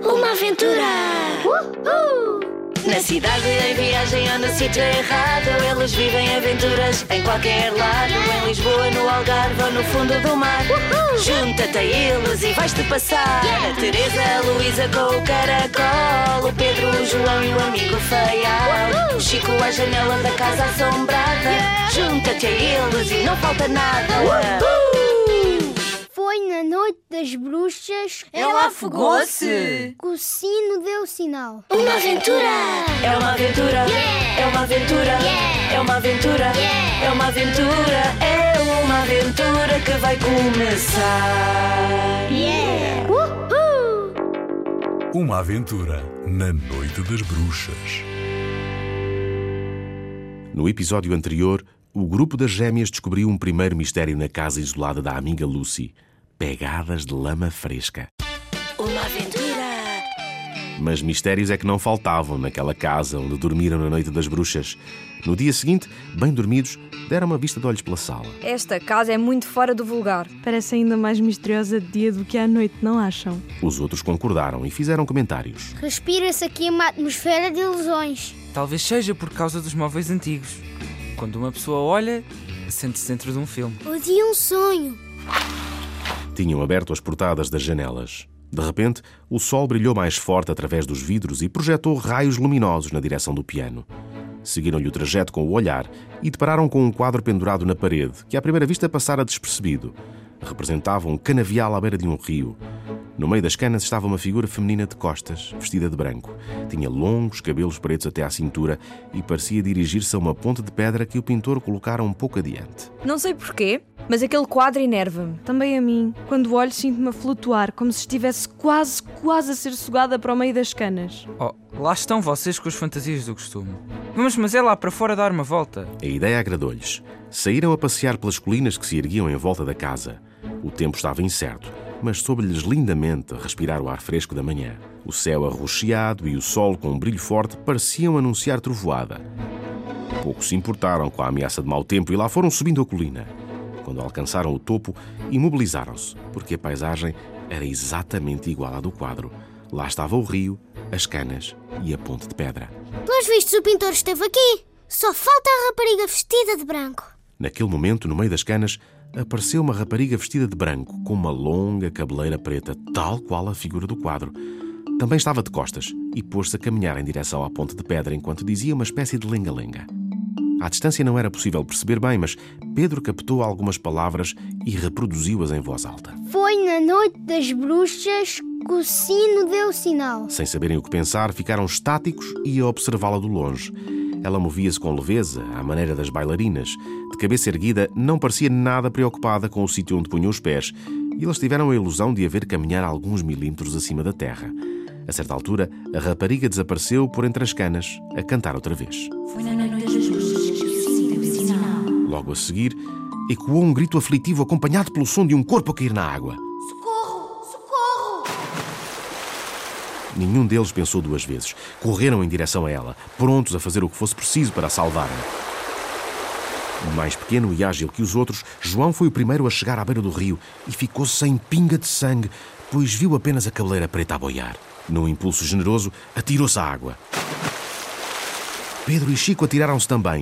Uma aventura! Na cidade, em viagem ou no sítio errado, eles vivem aventuras em qualquer lado. Em Lisboa, no Algarve ou no fundo do mar. Junta-te a eles e vais-te passar. A Teresa, a Luísa com o caracol, o Pedro, o João e o amigo Feial, o Chico à janela da casa assombrada. Junta-te a eles e não falta nada. Foi na noite das bruxas. Ela afogou-se. Que o sino deu sinal. Uma aventura! É uma aventura! É uma aventura! É uma aventura! É uma aventura! É uma aventura que vai começar! Uma aventura na noite das bruxas. No episódio anterior, o grupo das gêmeas descobriu um primeiro mistério na casa isolada da amiga Lucy. Pegadas de lama fresca. Uma aventura! Mas mistérios é que não faltavam naquela casa onde dormiram na noite das bruxas. No dia seguinte, bem dormidos, deram uma vista de olhos pela sala. Esta casa é muito fora do vulgar. Parece ainda mais misteriosa de dia do que à noite, não acham? Os outros concordaram e fizeram comentários. Respira-se aqui uma atmosfera de ilusões. Talvez seja por causa dos móveis antigos. Quando uma pessoa olha, sente-se dentro de um filme. Ou de um sonho. Tinham aberto as portadas das janelas. De repente, o sol brilhou mais forte através dos vidros e projetou raios luminosos na direção do piano. Seguiram-lhe o trajeto com o olhar e depararam com um quadro pendurado na parede, que à primeira vista passara despercebido. Representava um canavial à beira de um rio. No meio das canas estava uma figura feminina de costas, vestida de branco. Tinha longos cabelos pretos até à cintura e parecia dirigir-se a uma ponte de pedra que o pintor colocara um pouco adiante. Não sei porquê, mas aquele quadro enerva-me. Também a mim. Quando olho, sinto-me a flutuar, como se estivesse quase a ser sugada para o meio das canas. Oh, lá estão vocês com as fantasias do costume. Vamos, mas é lá para fora dar uma volta. A ideia agradou-lhes. Saíram a passear pelas colinas que se erguiam em volta da casa. O tempo estava incerto, mas soube-lhes lindamente respirar o ar fresco da manhã. O céu arroxeado e o sol com um brilho forte pareciam anunciar trovoada. Pouco se importaram com a ameaça de mau tempo e lá foram subindo a colina. Quando alcançaram o topo, imobilizaram-se, porque a paisagem era exatamente igual à do quadro. Lá estava o rio, as canas e a ponte de pedra. Pelos vistos, o pintor esteve aqui. Só falta a rapariga vestida de branco. Naquele momento, no meio das canas, apareceu uma rapariga vestida de branco, com uma longa cabeleira preta, tal qual a figura do quadro. Também estava de costas e pôs-se a caminhar em direção à ponte de pedra enquanto dizia uma espécie de lenga-lenga. À distância não era possível perceber bem, mas Pedro captou algumas palavras e reproduziu-as em voz alta. Foi na noite das bruxas que o sino deu sinal. Sem saberem o que pensar, ficaram estáticos e a observá-la do longe. Ela movia-se com leveza, à maneira das bailarinas. De cabeça erguida, não parecia nada preocupada com o sítio onde punham os pés, e eles tiveram a ilusão de a ver caminhar alguns milímetros acima da terra. A certa altura, a rapariga desapareceu por entre as canas, a cantar outra vez. Foi na noite das bruxas que o sino deu sinal. Logo a seguir, ecoou um grito aflitivo acompanhado pelo som de um corpo a cair na água. Socorro! Socorro! Nenhum deles pensou duas vezes. Correram em direção a ela, prontos a fazer o que fosse preciso para a salvarem. Mais pequeno e ágil que os outros, João foi o primeiro a chegar à beira do rio e ficou sem pinga de sangue, pois viu apenas a cabeleira preta a boiar. Num impulso generoso, atirou-se à água. Pedro e Chico atiraram-se também.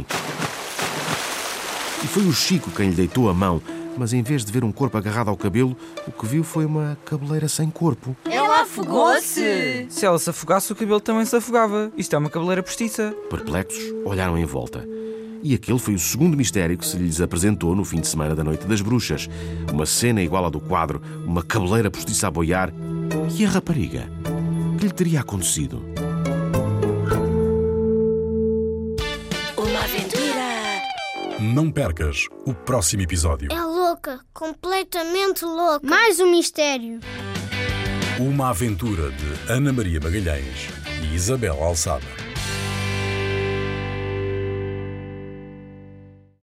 E foi o Chico quem lhe deitou a mão, mas em vez de ver um corpo agarrado ao cabelo, o que viu foi uma cabeleira sem corpo. Ela afogou-se! Se ela se afogasse, o cabelo também se afogava. Isto é uma cabeleira postiça. Perplexos, olharam em volta. E aquele foi o segundo mistério que se lhes apresentou no fim de semana da Noite das Bruxas. Uma cena igual à do quadro, uma cabeleira postiça a boiar. E a rapariga? O que lhe teria acontecido? Uma aventura! Não percas o próximo episódio. É louca, completamente louca. Mais um mistério. Uma aventura de Ana Maria Magalhães e Isabel Alçada.